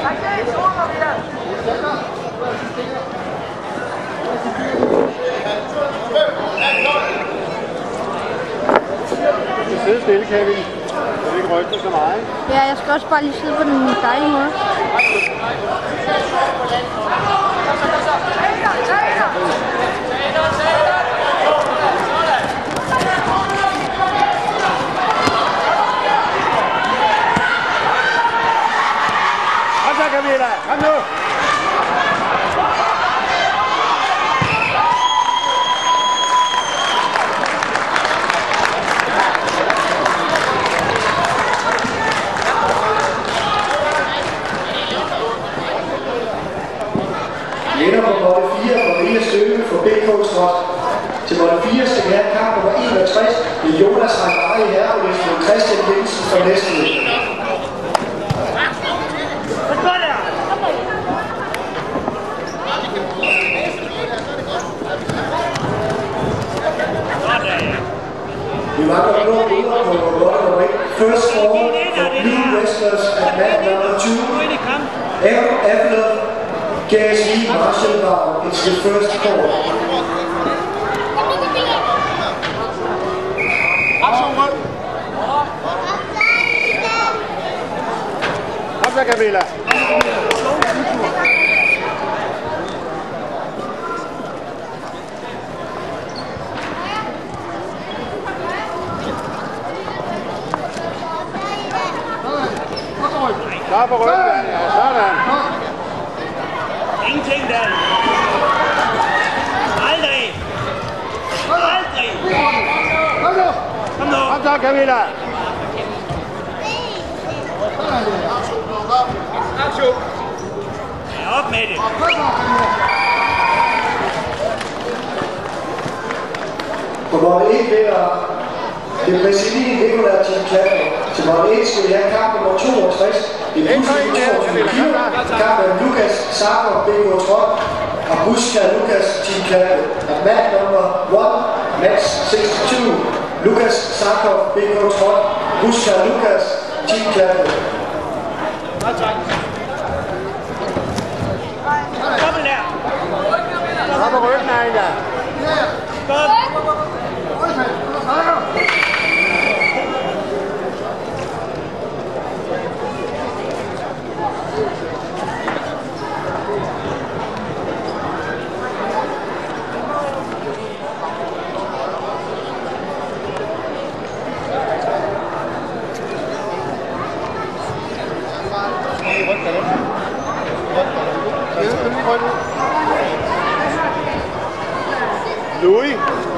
Du skal sidde stille, Kevin. Du vil ikke rykke så meget, ikke? Ja, jeg skal også bare lige sidde på den dejlige måde. Kom så, Camilla! Kom nu! Vinder på mål 4 for Maria Støve for BK Trot. Til mål 4 skal vi have kamp nummer 61 med Jonas Rangari Hercules og Christian Jensen fra Næstved. Vi mangler blå billeder på mål nummer 1. First score for Blue Wrestlers at mat number 2. After KSV Marshall Bar, it's the first call. Kom så, Camilla! Så på ryggen, ja. Sådan. Ingenting der. Aldrig. Aldrig. Kom nu. Kom så, Camilla! Ja, op med det. På mål 1 vinder det Brasilien Nicolás Team Clapper. Til mål 1 skal vi have kamp nummer 62. Det er kamp mellem Lukas Sarkov BK Trot og Buska Lukas Team Clapper. At mat number 1, match 62. Lukas Sarkov BK Trot, Buska Lukas Team Clapper. Dobbelt der. Så på ryggen, Anja. Godt. Louis!